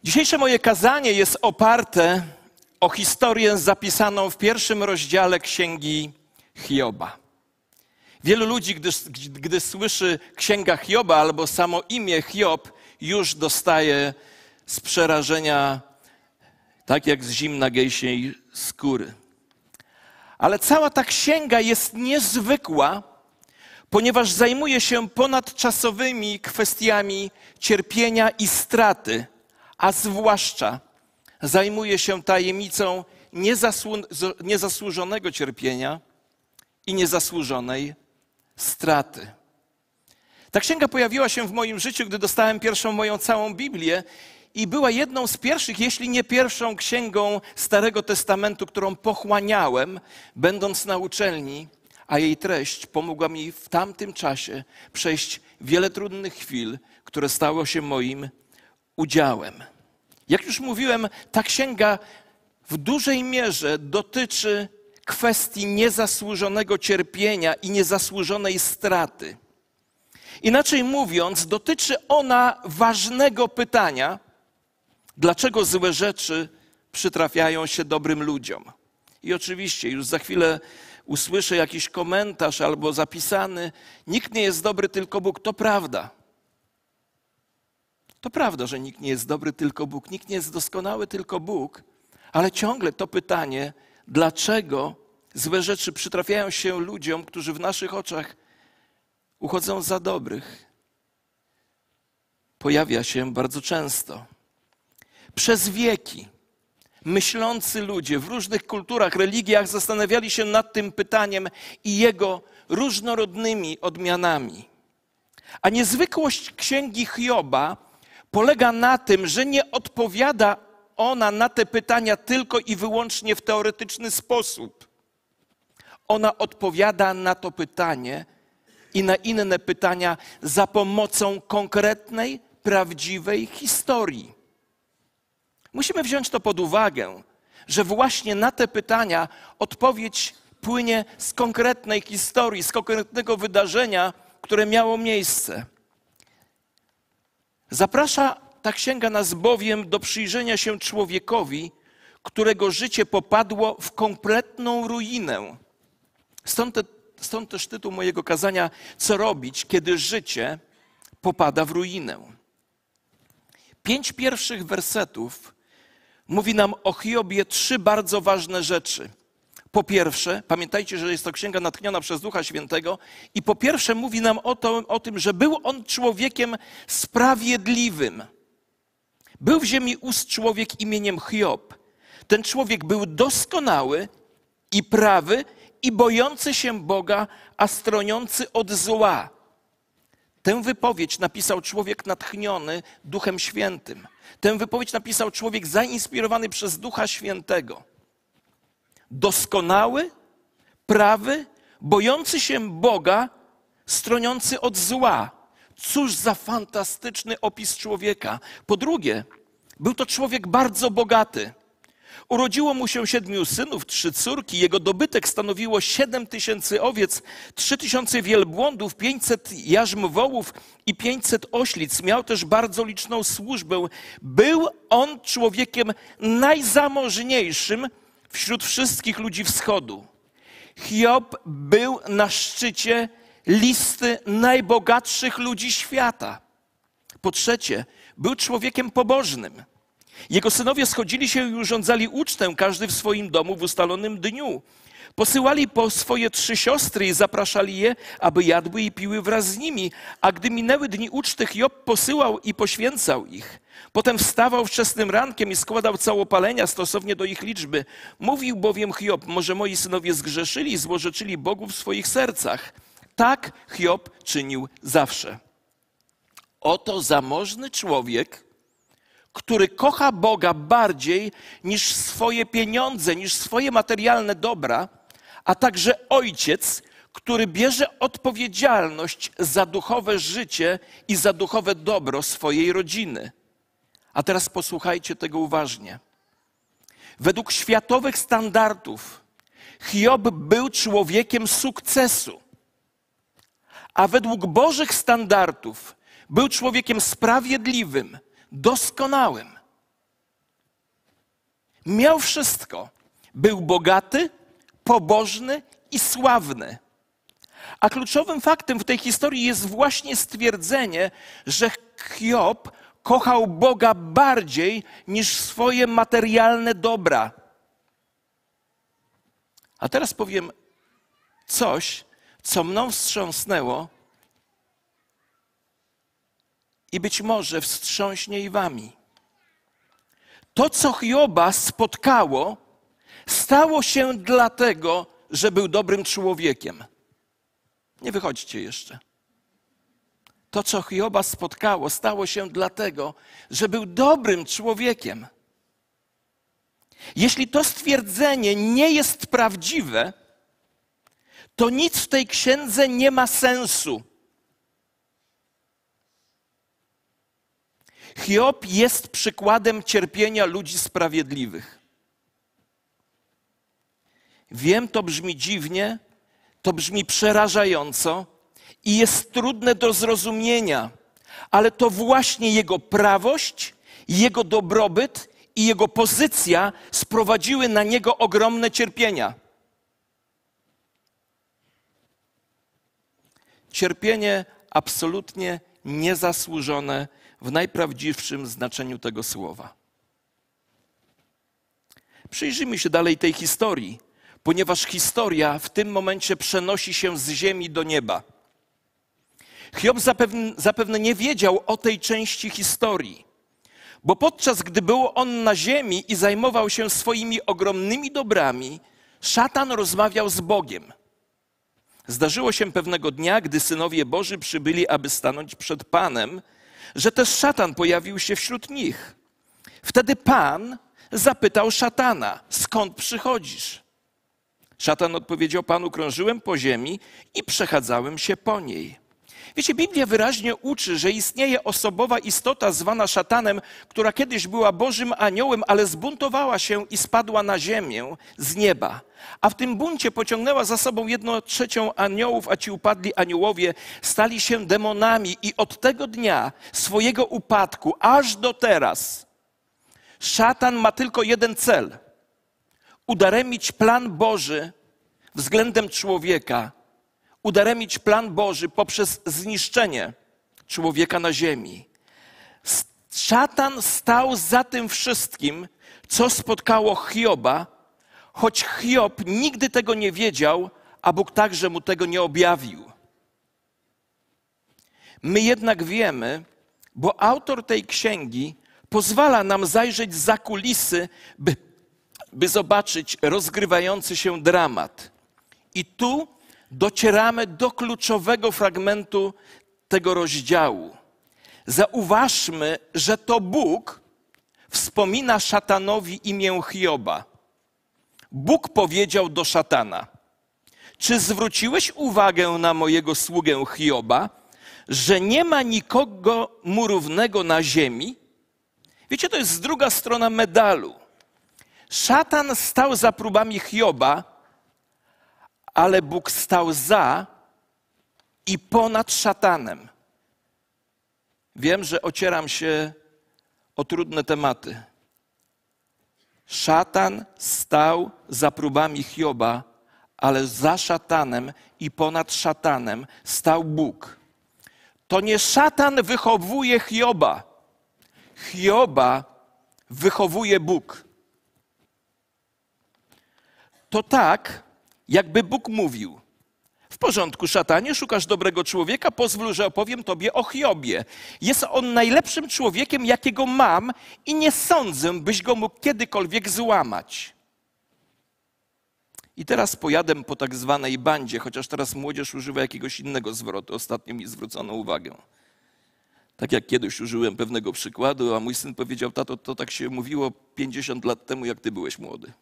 Dzisiejsze moje kazanie jest oparte o historię zapisaną w pierwszym rozdziale Księgi Hioba. Wielu ludzi, gdy słyszy Księga Hioba albo samo imię Hiob, już dostaje z przerażenia, tak jak z zimna gęsiej skóry. Ale cała ta księga jest niezwykła, ponieważ zajmuje się ponadczasowymi kwestiami cierpienia i straty, a zwłaszcza zajmuje się tajemnicą niezasłużonego cierpienia i niezasłużonej straty. Ta księga pojawiła się w moim życiu, gdy dostałem pierwszą moją całą Biblię i była jedną z pierwszych, jeśli nie pierwszą księgą Starego Testamentu, którą pochłaniałem, będąc na uczelni, a jej treść pomogła mi w tamtym czasie przejść wiele trudnych chwil, które stały się moim udziałem. Jak już mówiłem, ta księga w dużej mierze dotyczy kwestii niezasłużonego cierpienia i niezasłużonej straty. Inaczej mówiąc, dotyczy ona ważnego pytania, dlaczego złe rzeczy przytrafiają się dobrym ludziom. I oczywiście już za chwilę usłyszę jakiś komentarz albo zapisany, nikt nie jest dobry, tylko Bóg. To prawda. To prawda, że nikt nie jest dobry, tylko Bóg. Nikt nie jest doskonały, tylko Bóg. Ale ciągle to pytanie, dlaczego złe rzeczy przytrafiają się ludziom, którzy w naszych oczach uchodzą za dobrych, pojawia się bardzo często. Przez wieki myślący ludzie w różnych kulturach, religiach zastanawiali się nad tym pytaniem i jego różnorodnymi odmianami. A niezwykłość Księgi Hioba polega na tym, że nie odpowiada ona na te pytania tylko i wyłącznie w teoretyczny sposób. Ona odpowiada na to pytanie i na inne pytania za pomocą konkretnej, prawdziwej historii. Musimy wziąć to pod uwagę, że właśnie na te pytania odpowiedź płynie z konkretnej historii, z konkretnego wydarzenia, które miało miejsce. Zaprasza ta księga nas bowiem do przyjrzenia się człowiekowi, którego życie popadło w kompletną ruinę. Stąd też tytuł mojego kazania, co robić, kiedy życie popada w ruinę. 5 pierwszych wersetów mówi nam o Hiobie 3 bardzo ważne rzeczy. Po pierwsze, pamiętajcie, że jest to księga natchniona przez Ducha Świętego i po pierwsze mówi nam o tym, że był on człowiekiem sprawiedliwym. Był w ziemi ust człowiek imieniem Hiob. Ten człowiek był doskonały i prawy i bojący się Boga, a stroniący od zła. Tę wypowiedź napisał człowiek natchniony Duchem Świętym. Tę wypowiedź napisał człowiek zainspirowany przez Ducha Świętego. Doskonały, prawy, bojący się Boga, stroniący od zła. Cóż za fantastyczny opis człowieka. Po drugie, był to człowiek bardzo bogaty. Urodziło mu się 7 synów, 3 córki. Jego dobytek stanowiło 7000 owiec, 3000 wielbłądów, 500 jarzm wołów i 500 oślic. Miał też bardzo liczną służbę. Był on człowiekiem najzamożniejszym wśród wszystkich ludzi wschodu. Hiob był na szczycie listy najbogatszych ludzi świata. Po trzecie, był człowiekiem pobożnym. Jego synowie schodzili się i urządzali ucztę, każdy w swoim domu w ustalonym dniu. Posyłali po swoje 3 siostry i zapraszali je, aby jadły i piły wraz z nimi. A gdy minęły dni uczty, Hiob posyłał i poświęcał ich. Potem wstawał wczesnym rankiem i składał całopalenia stosownie do ich liczby. Mówił bowiem Hiob, może moi synowie zgrzeszyli i złorzeczyli Bogu w swoich sercach. Tak Hiob czynił zawsze. Oto zamożny człowiek, który kocha Boga bardziej niż swoje pieniądze, niż swoje materialne dobra, a także ojciec, który bierze odpowiedzialność za duchowe życie i za duchowe dobro swojej rodziny. A teraz posłuchajcie tego uważnie. Według światowych standardów Hiob był człowiekiem sukcesu, a według Bożych standardów był człowiekiem sprawiedliwym, doskonałym. Miał wszystko. Był bogaty, pobożny i sławny. A kluczowym faktem w tej historii jest właśnie stwierdzenie, że Hiob kochał Boga bardziej niż swoje materialne dobra. A teraz powiem coś, co mną wstrząsnęło i być może wstrząśnie i wami. To, co Hioba spotkało, stało się dlatego, że był dobrym człowiekiem. Nie wychodźcie jeszcze. To, co Hioba spotkało, stało się dlatego, że był dobrym człowiekiem. Jeśli to stwierdzenie nie jest prawdziwe, to nic w tej księdze nie ma sensu. Hiob jest przykładem cierpienia ludzi sprawiedliwych. Wiem, to brzmi dziwnie, to brzmi przerażająco i jest trudne do zrozumienia, ale to właśnie jego prawość, jego dobrobyt i jego pozycja sprowadziły na niego ogromne cierpienia. Cierpienie absolutnie niezasłużone w najprawdziwszym znaczeniu tego słowa. Przyjrzyjmy się dalej tej historii, ponieważ historia w tym momencie przenosi się z ziemi do nieba. Hiob zapewne nie wiedział o tej części historii, bo podczas gdy był on na ziemi i zajmował się swoimi ogromnymi dobrami, szatan rozmawiał z Bogiem. Zdarzyło się pewnego dnia, gdy synowie Boży przybyli, aby stanąć przed Panem, że też szatan pojawił się wśród nich. Wtedy Pan zapytał szatana: skąd przychodzisz? Szatan odpowiedział Panu: krążyłem po ziemi i przechadzałem się po niej. Wiecie, Biblia wyraźnie uczy, że istnieje osobowa istota zwana szatanem, która kiedyś była Bożym aniołem, ale zbuntowała się i spadła na ziemię z nieba. A w tym buncie pociągnęła za sobą 1/3 aniołów, a ci upadli aniołowie stali się demonami i od tego dnia swojego upadku aż do teraz szatan ma tylko jeden cel: udaremnić plan Boży względem człowieka, udaremnić plan Boży poprzez zniszczenie człowieka na ziemi. Szatan stał za tym wszystkim, co spotkało Hioba, choć Hiob nigdy tego nie wiedział, a Bóg także mu tego nie objawił. My jednak wiemy, bo autor tej księgi pozwala nam zajrzeć za kulisy, by zobaczyć rozgrywający się dramat. I tu docieramy do kluczowego fragmentu tego rozdziału. Zauważmy, że to Bóg wspomina szatanowi imię Hioba. Bóg powiedział do szatana: czy zwróciłeś uwagę na mojego sługę Hioba, że nie ma nikogo mu równego na ziemi? Wiecie, to jest druga strona medalu. Szatan stał za próbami Hioba, ale Bóg stał za i ponad szatanem. Wiem, że ocieram się o trudne tematy. Szatan stał za próbami Hioba, ale za szatanem i ponad szatanem stał Bóg. To nie szatan wychowuje Hioba. Hioba wychowuje Bóg. To tak, jakby Bóg mówił: w porządku, szatanie, szukasz dobrego człowieka, pozwól, że opowiem tobie o Hiobie. Jest on najlepszym człowiekiem, jakiego mam i nie sądzę, byś go mógł kiedykolwiek złamać. I teraz pojadę po tak zwanej bandzie, chociaż teraz młodzież używa jakiegoś innego zwrotu. Ostatnio mi zwrócono uwagę. Tak jak kiedyś użyłem pewnego przykładu, a mój syn powiedział: tato, to tak się mówiło 50 lat temu, jak ty byłeś młody.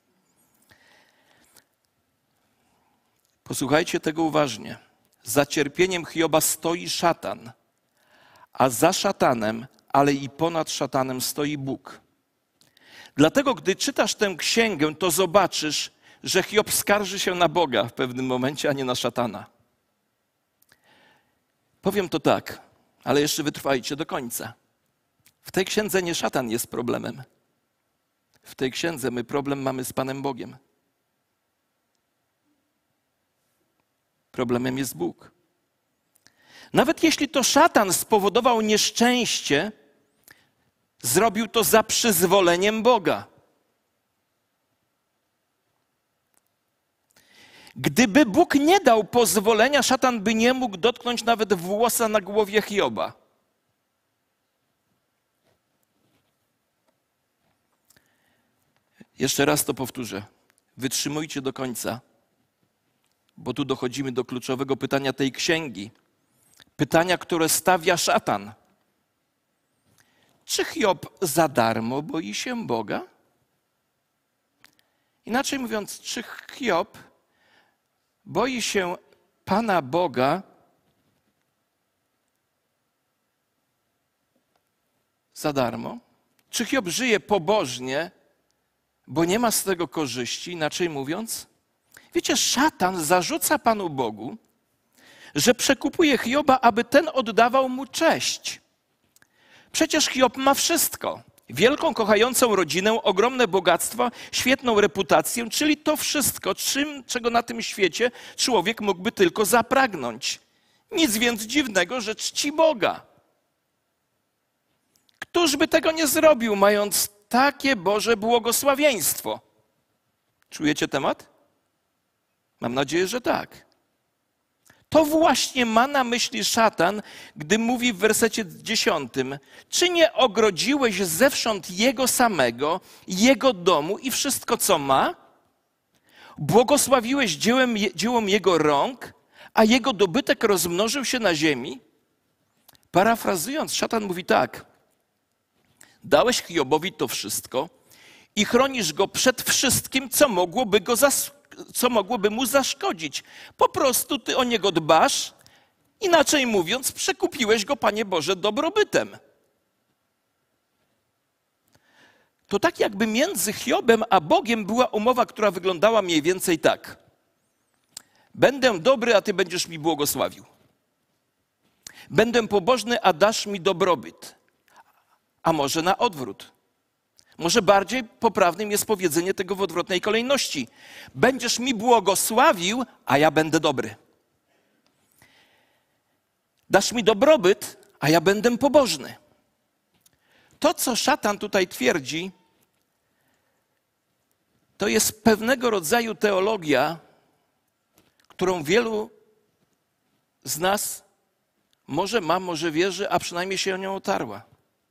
Posłuchajcie tego uważnie. Za cierpieniem Hioba stoi szatan, a za szatanem, ale i ponad szatanem stoi Bóg. Dlatego, gdy czytasz tę księgę, to zobaczysz, że Hiob skarży się na Boga w pewnym momencie, a nie na szatana. Powiem to tak, ale jeszcze wytrwajcie do końca. W tej księdze nie szatan jest problemem. w tej księdze my problem mamy z Panem Bogiem. Problemem jest Bóg. Nawet jeśli to szatan spowodował nieszczęście, zrobił to za przyzwoleniem Boga. Gdyby Bóg nie dał pozwolenia, szatan by nie mógł dotknąć nawet włosa na głowie Hioba. Jeszcze raz to powtórzę. Wytrzymujcie do końca, bo tu dochodzimy do kluczowego pytania tej księgi. Pytania, które stawia szatan. Czy Hiob za darmo boi się Boga? Inaczej mówiąc, czy Hiob boi się Pana Boga za darmo? Czy Hiob żyje pobożnie, bo nie ma z tego korzyści? Inaczej mówiąc, wiecie, szatan zarzuca Panu Bogu, że przekupuje Hioba, aby ten oddawał mu cześć. Przecież Hiob ma wszystko. Wielką, kochającą rodzinę, ogromne bogactwo, świetną reputację, czyli to wszystko, czego na tym świecie człowiek mógłby tylko zapragnąć. Nic więc dziwnego, że czci Boga. Któż by tego nie zrobił, mając takie Boże błogosławieństwo? Czujecie temat? Mam nadzieję, że tak. To właśnie ma na myśli szatan, gdy mówi w wersecie 10. Czy nie ogrodziłeś zewsząd Jego samego, Jego domu i wszystko, co ma? Błogosławiłeś dziełom Jego rąk, a Jego dobytek rozmnożył się na ziemi? Parafrazując, szatan mówi tak. Dałeś Hiobowi to wszystko i chronisz go przed wszystkim, co mogłoby mu zaszkodzić. Po prostu ty o niego dbasz, inaczej mówiąc, przekupiłeś go, Panie Boże, dobrobytem. To tak jakby między Hiobem a Bogiem była umowa, która wyglądała mniej więcej tak. Będę dobry, a ty będziesz mi błogosławił. Będę pobożny, a dasz mi dobrobyt. A może na odwrót. Może bardziej poprawnym jest powiedzenie tego w odwrotnej kolejności. Będziesz mi błogosławił, a ja będę dobry. Dasz mi dobrobyt, a ja będę pobożny. To, co szatan tutaj twierdzi, to jest pewnego rodzaju teologia, którą wielu z nas może ma, może wierzy, a przynajmniej się o nią otarła.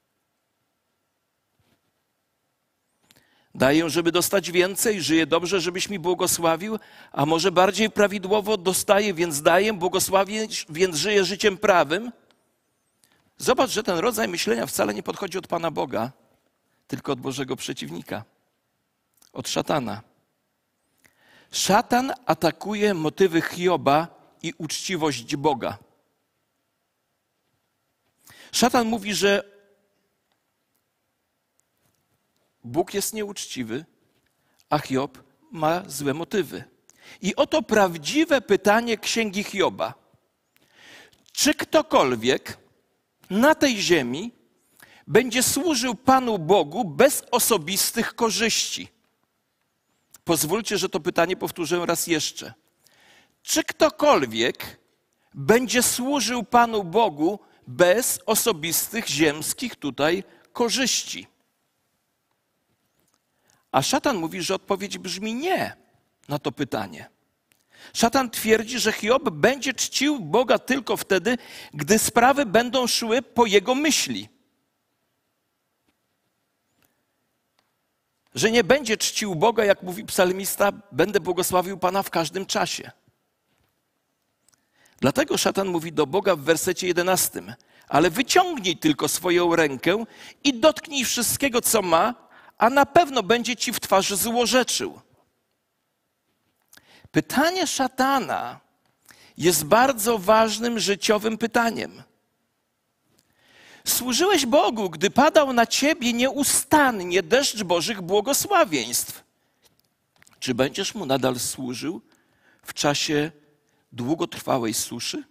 Daję, żeby dostać więcej, żyję dobrze, żebyś mi błogosławił, a może bardziej prawidłowo dostaję, więc daję, błogosławię, więc żyję życiem prawym. Zobacz, że ten rodzaj myślenia wcale nie podchodzi od Pana Boga, tylko od Bożego przeciwnika, od szatana. Szatan atakuje motywy Hioba i uczciwość Boga. Szatan mówi, że Bóg jest nieuczciwy, a Hiob ma złe motywy. I oto prawdziwe pytanie Księgi Hioba. Czy ktokolwiek na tej ziemi będzie służył Panu Bogu bez osobistych korzyści? Pozwólcie, że to pytanie powtórzę raz jeszcze. Czy ktokolwiek będzie służył Panu Bogu bez osobistych, ziemskich tutaj korzyści? A szatan mówi, że odpowiedź brzmi nie na to pytanie. Szatan twierdzi, że Hiob będzie czcił Boga tylko wtedy, gdy sprawy będą szły po jego myśli. Że nie będzie czcił Boga, jak mówi psalmista, będę błogosławił Pana w każdym czasie. Dlatego szatan mówi do Boga w wersecie 11. Ale wyciągnij tylko swoją rękę i dotknij wszystkiego, co ma, a na pewno będzie ci w twarz złorzeczył. Pytanie szatana jest bardzo ważnym życiowym pytaniem. Służyłeś Bogu, gdy padał na ciebie nieustannie deszcz Bożych błogosławieństw. Czy będziesz Mu nadal służył w czasie długotrwałej suszy?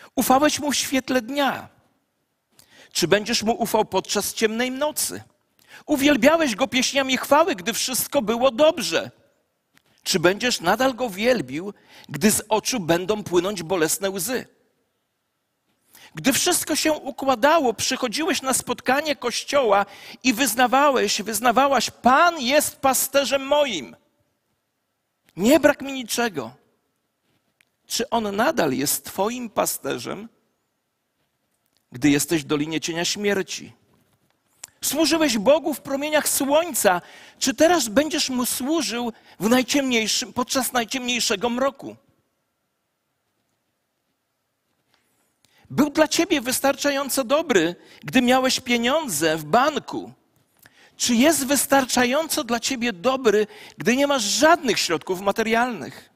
Ufałeś Mu w świetle dnia. Czy będziesz Mu ufał podczas ciemnej nocy? Uwielbiałeś Go pieśniami chwały, gdy wszystko było dobrze. Czy będziesz nadal Go wielbił, gdy z oczu będą płynąć bolesne łzy? Gdy wszystko się układało, przychodziłeś na spotkanie Kościoła i wyznawałaś, Pan jest pasterzem moim. Nie brak mi niczego. Czy On nadal jest Twoim pasterzem, gdy jesteś w dolinie cienia śmierci? Służyłeś Bogu w promieniach słońca. Czy teraz będziesz Mu służył podczas najciemniejszego mroku? Był dla ciebie wystarczająco dobry, gdy miałeś pieniądze w banku. Czy jest wystarczająco dla ciebie dobry, gdy nie masz żadnych środków materialnych?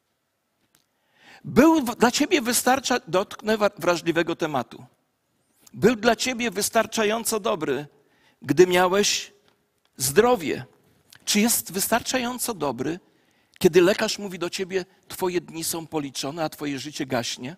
Był dla ciebie dotknę wrażliwego tematu. Był dla ciebie wystarczająco dobry, gdy miałeś zdrowie. Czy jest wystarczająco dobry, kiedy lekarz mówi do ciebie, twoje dni są policzone, a twoje życie gaśnie?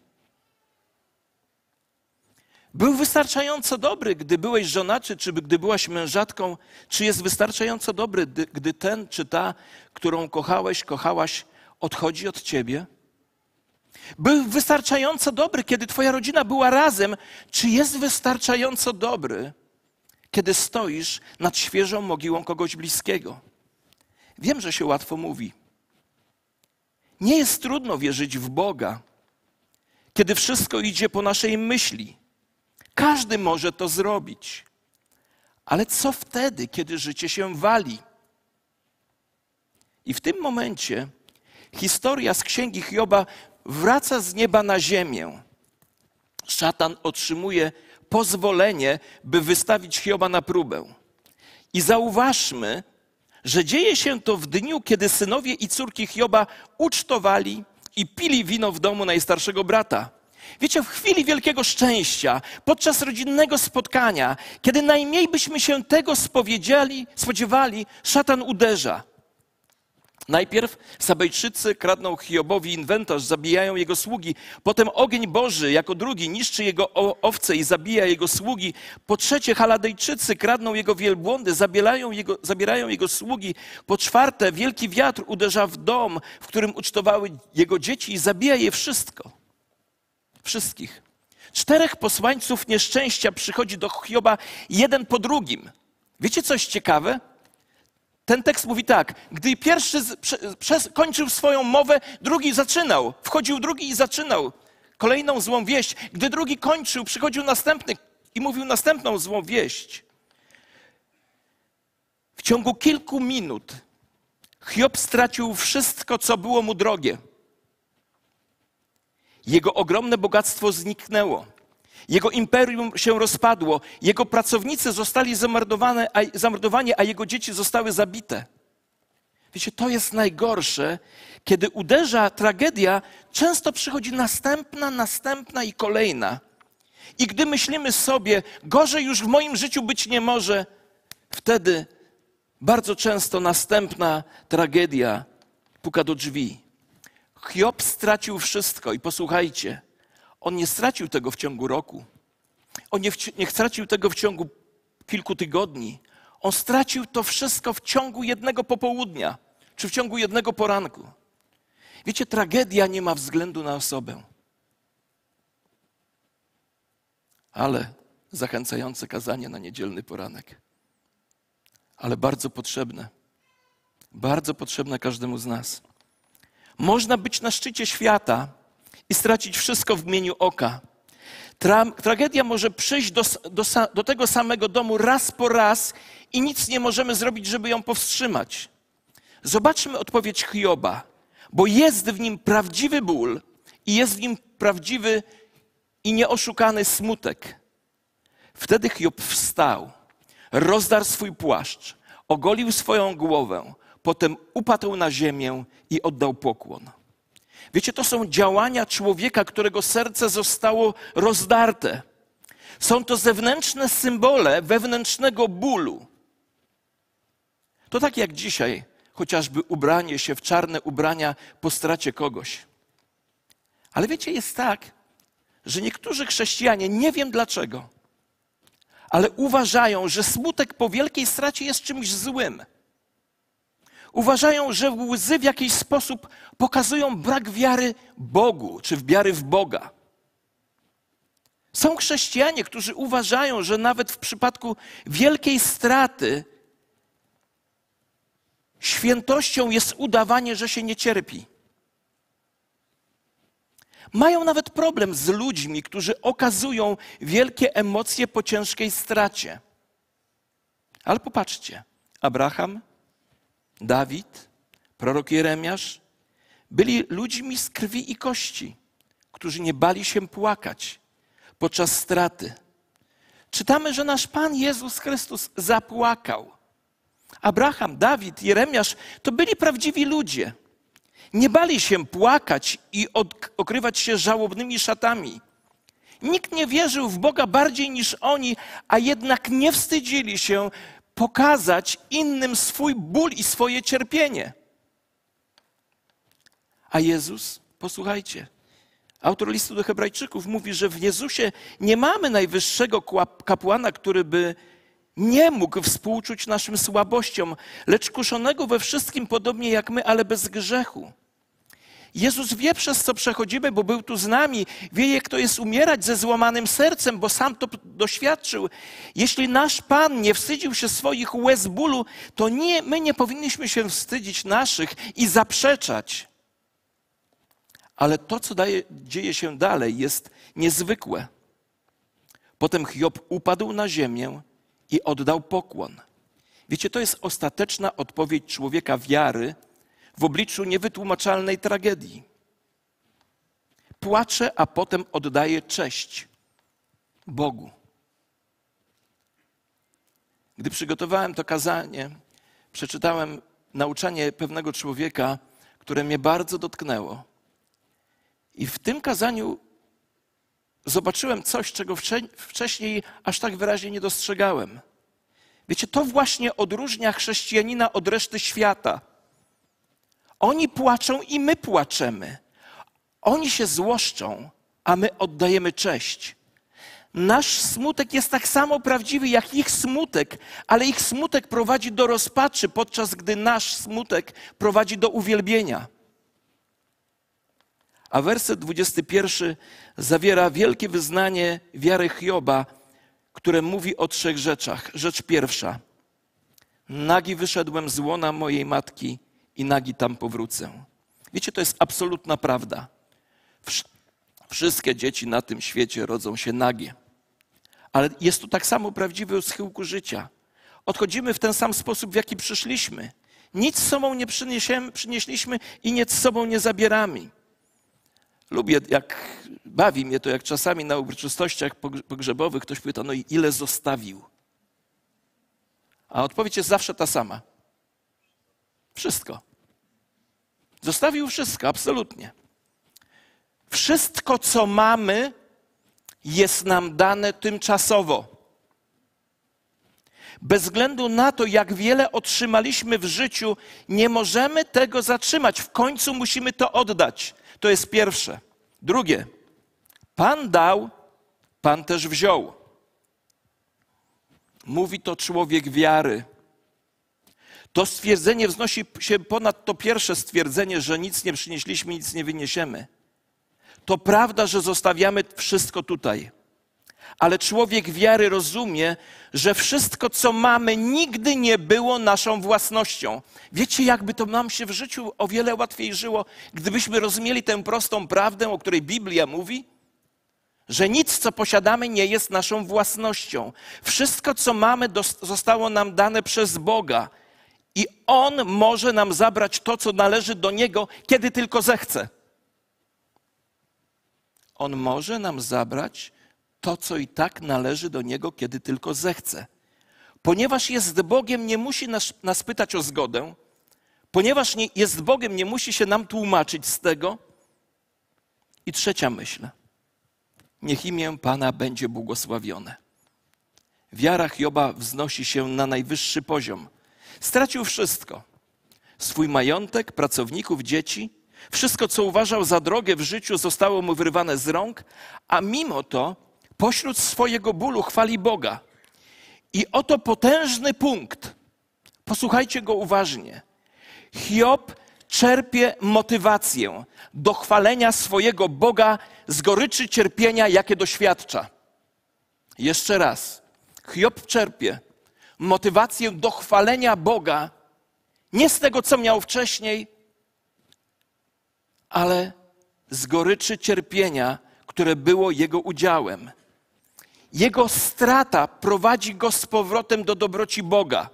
Był wystarczająco dobry, gdy byłeś żonaty, czy gdy byłaś mężatką? Czy jest wystarczająco dobry, gdy ten czy ta, którą kochałaś, odchodzi od ciebie? Był wystarczająco dobry, kiedy twoja rodzina była razem? Czy jest wystarczająco dobry, kiedy stoisz nad świeżą mogiłą kogoś bliskiego? Wiem, że się łatwo mówi. Nie jest trudno wierzyć w Boga, kiedy wszystko idzie po naszej myśli. Każdy może to zrobić. Ale co wtedy, kiedy życie się wali? I w tym momencie historia z Księgi Hioba wraca z nieba na ziemię. Szatan otrzymuje pozwolenie, by wystawić Hioba na próbę. I zauważmy, że dzieje się to w dniu, kiedy synowie i córki Hioba ucztowali i pili wino w domu najstarszego brata. Wiecie, w chwili wielkiego szczęścia, podczas rodzinnego spotkania, kiedy najmniej byśmy się tego spodziewali, szatan uderza. Najpierw Sabejczycy kradną Hiobowi inwentarz, zabijają jego sługi. Potem ogień Boży jako drugi niszczy jego owce i zabija jego sługi. Po trzecie Chaladejczycy kradną jego wielbłądy, zabierają jego sługi. Po czwarte wielki wiatr uderza w dom, w którym ucztowały jego dzieci i zabija je wszystkich. 4 posłańców nieszczęścia przychodzi do Hioba jeden po drugim. Wiecie coś ciekawe? Ten tekst mówi tak, gdy pierwszy kończył swoją mowę, drugi zaczynał. Wchodził drugi i zaczynał kolejną złą wieść. Gdy drugi kończył, przychodził następny i mówił następną złą wieść. W ciągu kilku minut Hiob stracił wszystko, co było mu drogie. Jego ogromne bogactwo zniknęło. Jego imperium się rozpadło. Jego pracownicy zostali zamordowani, a jego dzieci zostały zabite. Wiecie, to jest najgorsze. Kiedy uderza tragedia, często przychodzi następna i kolejna. I gdy myślimy sobie, gorzej już w moim życiu być nie może, wtedy bardzo często następna tragedia puka do drzwi. Hiob stracił wszystko i posłuchajcie, on nie stracił tego w ciągu roku. On nie stracił tego w ciągu kilku tygodni. On stracił to wszystko w ciągu jednego popołudnia, czy w ciągu jednego poranku. Wiecie, tragedia nie ma względu na osobę. Ale zachęcające kazanie na niedzielny poranek. Ale bardzo potrzebne każdemu z nas. Można być na szczycie świata i stracić wszystko w mgnieniu oka. Tragedia może przyjść do tego samego domu raz po raz i nic nie możemy zrobić, żeby ją powstrzymać. Zobaczmy odpowiedź Hioba, bo jest w nim prawdziwy ból i jest w nim prawdziwy i nieoszukany smutek. Wtedy Hiob wstał, rozdarł swój płaszcz, ogolił swoją głowę, potem upadł na ziemię i oddał pokłon. Wiecie, to są działania człowieka, którego serce zostało rozdarte. Są to zewnętrzne symbole wewnętrznego bólu. To tak jak dzisiaj, chociażby ubranie się w czarne ubrania po stracie kogoś. Ale wiecie, jest tak, że niektórzy chrześcijanie, nie wiem dlaczego, ale uważają, że smutek po wielkiej stracie jest czymś złym. Uważają, że łzy w jakiś sposób pokazują brak wiary Bogu, czy wiary w Boga. Są chrześcijanie, którzy uważają, że nawet w przypadku wielkiej straty świętością jest udawanie, że się nie cierpi. Mają nawet problem z ludźmi, którzy okazują wielkie emocje po ciężkiej stracie. Ale popatrzcie, Abraham, Dawid, prorok Jeremiasz byli ludźmi z krwi i kości, którzy nie bali się płakać podczas straty. Czytamy, że nasz Pan Jezus Chrystus zapłakał. Abraham, Dawid, Jeremiasz to byli prawdziwi ludzie. Nie bali się płakać i okrywać się żałobnymi szatami. Nikt nie wierzył w Boga bardziej niż oni, a jednak nie wstydzili się pokazać innym swój ból i swoje cierpienie. A Jezus, posłuchajcie, autor listu do Hebrajczyków mówi, że w Jezusie nie mamy najwyższego kapłana, który by nie mógł współczuć naszym słabościom, lecz kuszonego we wszystkim podobnie jak my, ale bez grzechu. Jezus wie, przez co przechodzimy, bo był tu z nami. Wie, jak to jest umierać ze złamanym sercem, bo sam to doświadczył. Jeśli nasz Pan nie wstydził się swoich łez bólu, to my nie powinniśmy się wstydzić naszych i zaprzeczać. Ale to, co dzieje się dalej, jest niezwykłe. Potem Hiob upadł na ziemię i oddał pokłon. Wiecie, to jest ostateczna odpowiedź człowieka wiary w obliczu niewytłumaczalnej tragedii. Płacze, a potem oddaje cześć Bogu. Gdy przygotowałem to kazanie, przeczytałem nauczanie pewnego człowieka, które mnie bardzo dotknęło. I w tym kazaniu zobaczyłem coś, czego wcześniej aż tak wyraźnie nie dostrzegałem. Wiecie, to właśnie odróżnia chrześcijanina od reszty świata. Oni płaczą i my płaczemy. Oni się złoszczą, a my oddajemy cześć. Nasz smutek jest tak samo prawdziwy jak ich smutek, ale ich smutek prowadzi do rozpaczy, podczas gdy nasz smutek prowadzi do uwielbienia. A werset 21 zawiera wielkie wyznanie wiary Hioba, które mówi o 3 rzeczach. Rzecz pierwsza. Nagi wyszedłem z łona mojej matki i nagi tam powrócę. Wiecie, to jest absolutna prawda. Wszystkie dzieci na tym świecie rodzą się nagie. Ale jest to tak samo prawdziwe u schyłku życia. Odchodzimy w ten sam sposób, w jaki przyszliśmy. Nic z sobą nie przynieśliśmy i nic z sobą nie zabieramy. Lubię, bawi mnie to, jak czasami na uroczystościach pogrzebowych ktoś pyta, no i ile zostawił? A odpowiedź jest zawsze ta sama. Wszystko. Zostawił wszystko, absolutnie. Wszystko, co mamy, jest nam dane tymczasowo. Bez względu na to, jak wiele otrzymaliśmy w życiu, nie możemy tego zatrzymać. W końcu musimy to oddać. To jest pierwsze. Drugie. Pan dał, Pan też wziął. Mówi to człowiek wiary. To stwierdzenie wznosi się ponad to pierwsze stwierdzenie, że nic nie przynieśliśmy, nic nie wyniesiemy. To prawda, że zostawiamy wszystko tutaj. Ale człowiek wiary rozumie, że wszystko, co mamy, nigdy nie było naszą własnością. Wiecie, jakby to nam się w życiu o wiele łatwiej żyło, gdybyśmy rozumieli tę prostą prawdę, o której Biblia mówi? Że nic, co posiadamy, nie jest naszą własnością. Wszystko, co mamy, zostało nam dane przez Boga. I On może nam zabrać to, co należy do Niego, kiedy tylko zechce. On może nam zabrać to, co i tak należy do Niego, kiedy tylko zechce. Ponieważ jest Bogiem, nie musi nas pytać o zgodę. Ponieważ jest Bogiem, nie musi się nam tłumaczyć z tego. I trzecia myśl. Niech imię Pana będzie błogosławione. Wiara Hioba wznosi się na najwyższy poziom. Stracił wszystko. Swój majątek, pracowników, dzieci. Wszystko, co uważał za drogę w życiu, zostało mu wyrwane z rąk, a mimo to pośród swojego bólu chwali Boga. I oto potężny punkt. Posłuchajcie go uważnie. Hiob czerpie motywację do chwalenia swojego Boga z goryczy cierpienia, jakie doświadcza. Jeszcze raz. Hiob czerpie motywację do chwalenia Boga nie z tego, co miał wcześniej, ale z goryczy cierpienia, które było jego udziałem. Jego strata prowadzi go z powrotem do dobroci Boga.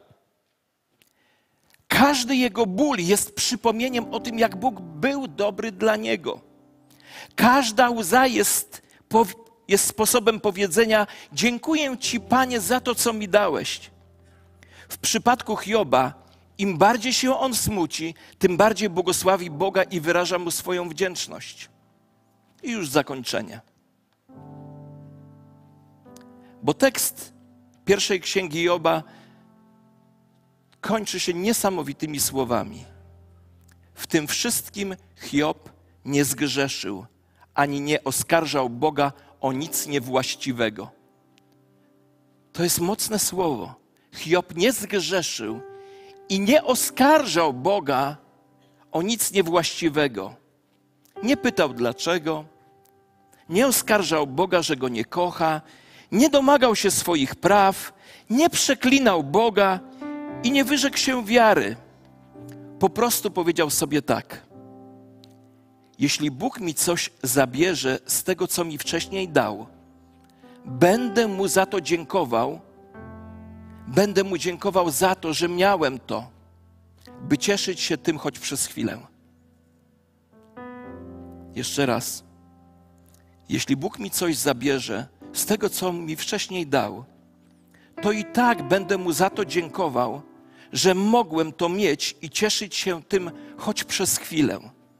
Każdy jego ból jest przypomnieniem o tym, jak Bóg był dobry dla niego. Każda łza jest sposobem powiedzenia: dziękuję Ci, Panie, za to, co mi dałeś. W przypadku Hioba, im bardziej się on smuci, tym bardziej błogosławi Boga i wyraża Mu swoją wdzięczność. I już zakończenie. Bo tekst pierwszej księgi Hioba kończy się niesamowitymi słowami. W tym wszystkim Hiob nie zgrzeszył, ani nie oskarżał Boga o nic niewłaściwego. To jest mocne słowo. Hiob nie zgrzeszył i nie oskarżał Boga o nic niewłaściwego. Nie pytał dlaczego, nie oskarżał Boga, że go nie kocha, nie domagał się swoich praw, nie przeklinał Boga i nie wyrzekł się wiary. Po prostu powiedział sobie tak: jeśli Bóg mi coś zabierze z tego, co mi wcześniej dał, będę Mu za to dziękował, będę Mu dziękował za to, że miałem to, by cieszyć się tym choć przez chwilę. Jeszcze raz. Jeśli Bóg mi coś zabierze z tego, co mi wcześniej dał, to i tak będę Mu za to dziękował, że mogłem to mieć i cieszyć się tym choć przez chwilę.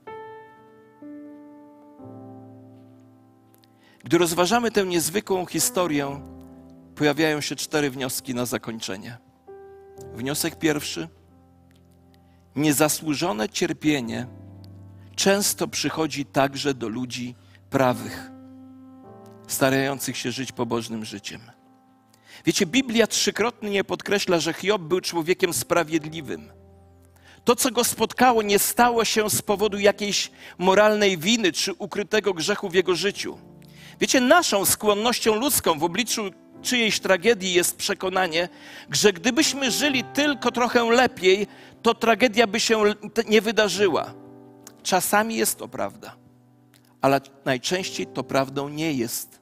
Gdy rozważamy tę niezwykłą historię, pojawiają się 4 wnioski na zakończenie. Wniosek pierwszy. Niezasłużone cierpienie często przychodzi także do ludzi prawych, starających się żyć pobożnym życiem. Wiecie, Biblia 3-krotnie podkreśla, że Hiob był człowiekiem sprawiedliwym. To, co go spotkało, nie stało się z powodu jakiejś moralnej winy czy ukrytego grzechu w jego życiu. Wiecie, naszą skłonnością ludzką w obliczu czyjejś tragedii jest przekonanie, że gdybyśmy żyli tylko trochę lepiej, to tragedia by się nie wydarzyła. Czasami jest to prawda, ale najczęściej to prawdą nie jest.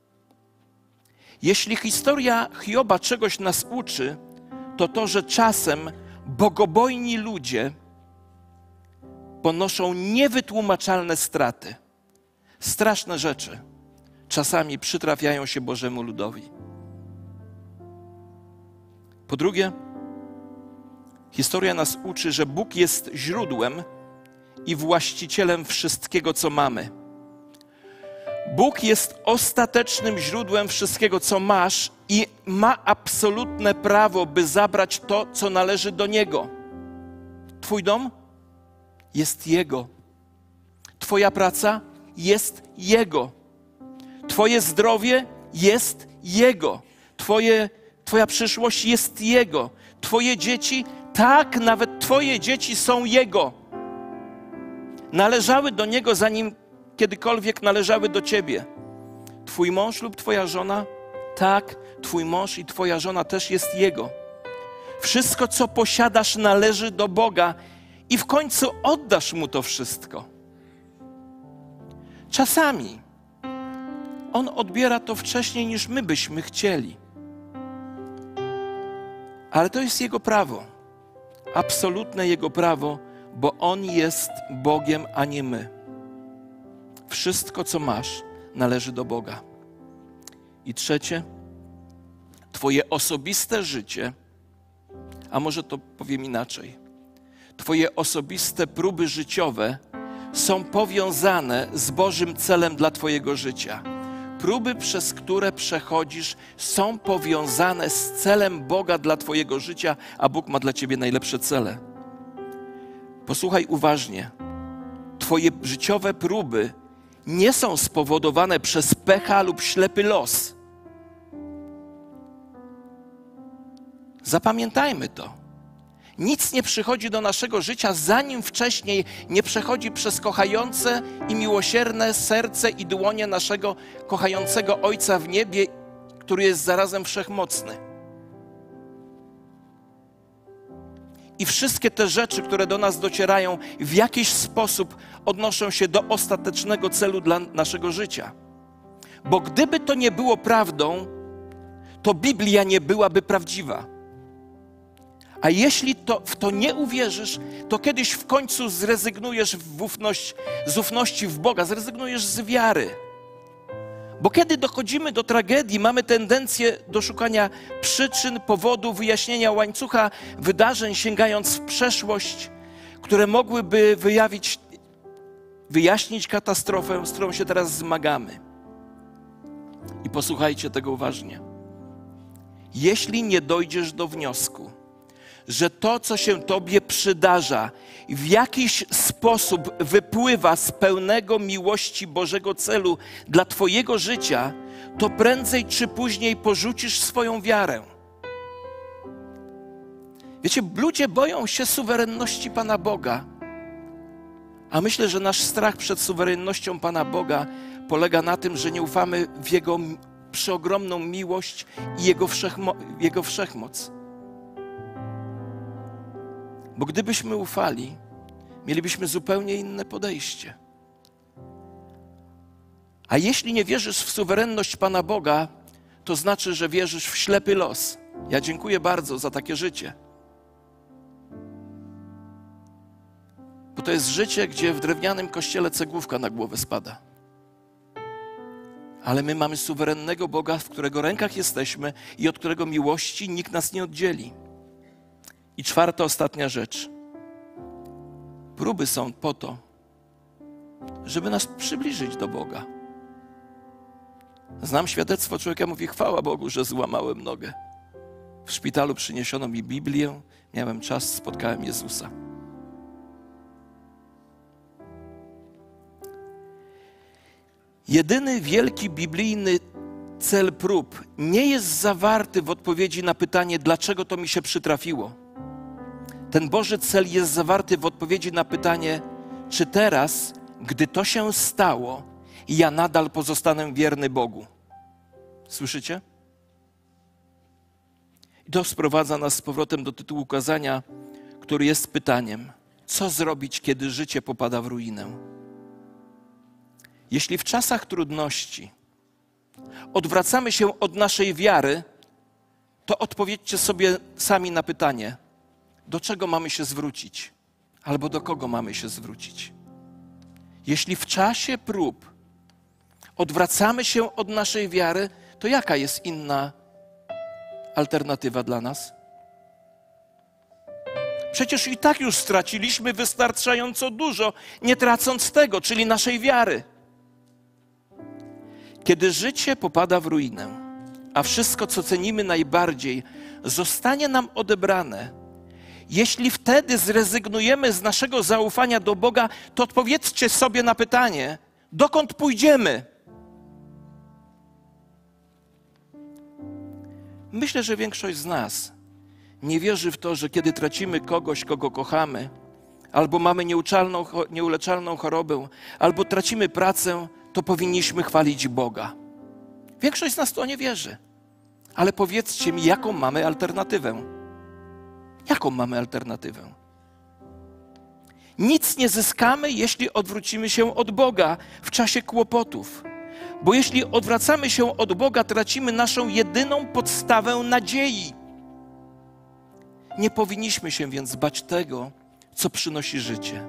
Jeśli historia Hioba czegoś nas uczy, to to, że czasem bogobojni ludzie ponoszą niewytłumaczalne straty. Straszne rzeczy czasami przytrafiają się Bożemu ludowi. Po drugie, historia nas uczy, że Bóg jest źródłem i właścicielem wszystkiego, co mamy. Bóg jest ostatecznym źródłem wszystkiego, co masz i ma absolutne prawo, by zabrać to, co należy do Niego. Twój dom jest Jego. Twoja praca jest Jego. Twoje zdrowie jest Jego. Twoja przyszłość jest Jego. Twoje dzieci, tak, nawet Twoje dzieci są Jego. Należały do Niego, zanim kiedykolwiek należały do Ciebie. Twój mąż lub Twoja żona, tak, Twój mąż i Twoja żona też jest Jego. Wszystko, co posiadasz, należy do Boga i w końcu oddasz Mu to wszystko. Czasami On odbiera to wcześniej, niż my byśmy chcieli. Ale to jest Jego prawo. Absolutne Jego prawo, bo On jest Bogiem, a nie my. Wszystko, co masz, należy do Boga. I trzecie, Twoje osobiste życie, a może to powiem inaczej, Twoje osobiste próby życiowe są powiązane z Bożym celem dla Twojego życia. Próby, przez które przechodzisz, są powiązane z celem Boga dla Twojego życia, a Bóg ma dla Ciebie najlepsze cele. Posłuchaj uważnie. Twoje życiowe próby nie są spowodowane przez pecha lub ślepy los. Zapamiętajmy to. Nic nie przychodzi do naszego życia, zanim wcześniej nie przechodzi przez kochające i miłosierne serce i dłonie naszego kochającego Ojca w niebie, który jest zarazem wszechmocny. I wszystkie te rzeczy, które do nas docierają, w jakiś sposób odnoszą się do ostatecznego celu dla naszego życia. Bo gdyby to nie było prawdą, to Biblia nie byłaby prawdziwa. A jeśli w to nie uwierzysz, to kiedyś w końcu zrezygnujesz z ufności w Boga, zrezygnujesz z wiary. Bo kiedy dochodzimy do tragedii, mamy tendencję do szukania przyczyn, powodu, wyjaśnienia łańcucha wydarzeń, sięgając w przeszłość, które mogłyby wyjaśnić katastrofę, z którą się teraz zmagamy. I posłuchajcie tego uważnie. Jeśli nie dojdziesz do wniosku, że to, co się Tobie przydarza, w jakiś sposób wypływa z pełnego miłości Bożego celu dla Twojego życia, to prędzej czy później porzucisz swoją wiarę. Wiecie, ludzie boją się suwerenności Pana Boga, a myślę, że nasz strach przed suwerennością Pana Boga polega na tym, że nie ufamy w Jego przeogromną miłość i Jego wszechmoc. Bo gdybyśmy ufali, mielibyśmy zupełnie inne podejście. A jeśli nie wierzysz w suwerenność Pana Boga, to znaczy, że wierzysz w ślepy los. Ja dziękuję bardzo za takie życie. Bo to jest życie, gdzie w drewnianym kościele cegłówka na głowę spada. Ale my mamy suwerennego Boga, w którego rękach jesteśmy i od którego miłości nikt nas nie oddzieli. I czwarta, ostatnia rzecz. Próby są po to, żeby nas przybliżyć do Boga. Znam świadectwo człowieka, mówi: chwała Bogu, że złamałem nogę. W szpitalu przyniesiono mi Biblię, miałem czas, spotkałem Jezusa. Jedyny wielki biblijny cel prób nie jest zawarty w odpowiedzi na pytanie, dlaczego to mi się przytrafiło. Ten Boży cel jest zawarty w odpowiedzi na pytanie, czy teraz, gdy to się stało, ja nadal pozostanę wierny Bogu. Słyszycie? I to sprowadza nas z powrotem do tytułu kazania, który jest pytaniem: co zrobić, kiedy życie popada w ruinę? Jeśli w czasach trudności odwracamy się od naszej wiary, to odpowiedzcie sobie sami na pytanie, do czego mamy się zwrócić, albo do kogo mamy się zwrócić. Jeśli w czasie prób odwracamy się od naszej wiary, to jaka jest inna alternatywa dla nas? Przecież i tak już straciliśmy wystarczająco dużo, nie tracąc tego, czyli naszej wiary. Kiedy życie popada w ruinę, a wszystko, co cenimy najbardziej, zostanie nam odebrane, jeśli wtedy zrezygnujemy z naszego zaufania do Boga, to odpowiedzcie sobie na pytanie, dokąd pójdziemy? Myślę, że większość z nas nie wierzy w to, że kiedy tracimy kogoś, kogo kochamy, albo mamy nieuleczalną chorobę, albo tracimy pracę, to powinniśmy chwalić Boga. Większość z nas to nie wierzy. Ale powiedzcie mi, jaką mamy alternatywę? Jaką mamy alternatywę? Nic nie zyskamy, jeśli odwrócimy się od Boga w czasie kłopotów. Bo jeśli odwracamy się od Boga, tracimy naszą jedyną podstawę nadziei. Nie powinniśmy się więc bać tego, co przynosi życie.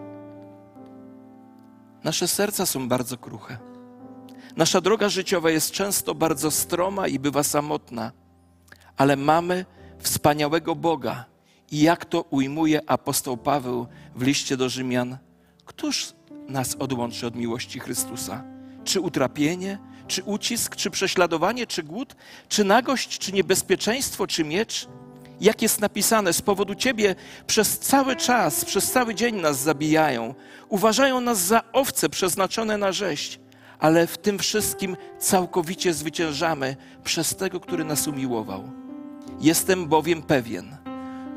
Nasze serca są bardzo kruche. Nasza droga życiowa jest często bardzo stroma i bywa samotna, ale mamy wspaniałego Boga. I jak to ujmuje apostoł Paweł w liście do Rzymian, któż nas odłączy od miłości Chrystusa? Czy utrapienie, czy ucisk, czy prześladowanie, czy głód, czy nagość, czy niebezpieczeństwo, czy miecz? Jak jest napisane, z powodu Ciebie przez cały czas, przez cały dzień nas zabijają. Uważają nas za owce przeznaczone na rzeź, ale w tym wszystkim całkowicie zwyciężamy przez tego, który nas umiłował. Jestem bowiem pewien,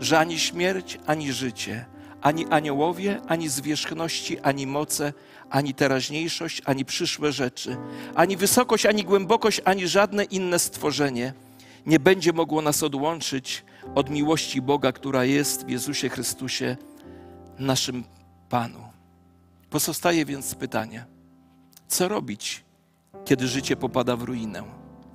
że ani śmierć, ani życie, ani aniołowie, ani zwierzchności, ani moce, ani teraźniejszość, ani przyszłe rzeczy, ani wysokość, ani głębokość, ani żadne inne stworzenie nie będzie mogło nas odłączyć od miłości Boga, która jest w Jezusie Chrystusie, naszym Panu. Pozostaje więc pytanie, co robić, kiedy życie popada w ruinę?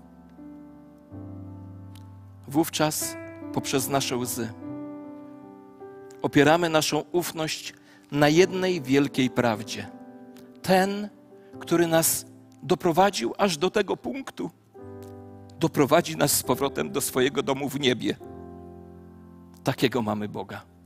Wówczas poprzez nasze łzy opieramy naszą ufność na jednej wielkiej prawdzie. Ten, który nas doprowadził aż do tego punktu, doprowadzi nas z powrotem do swojego domu w niebie. Takiego mamy Boga.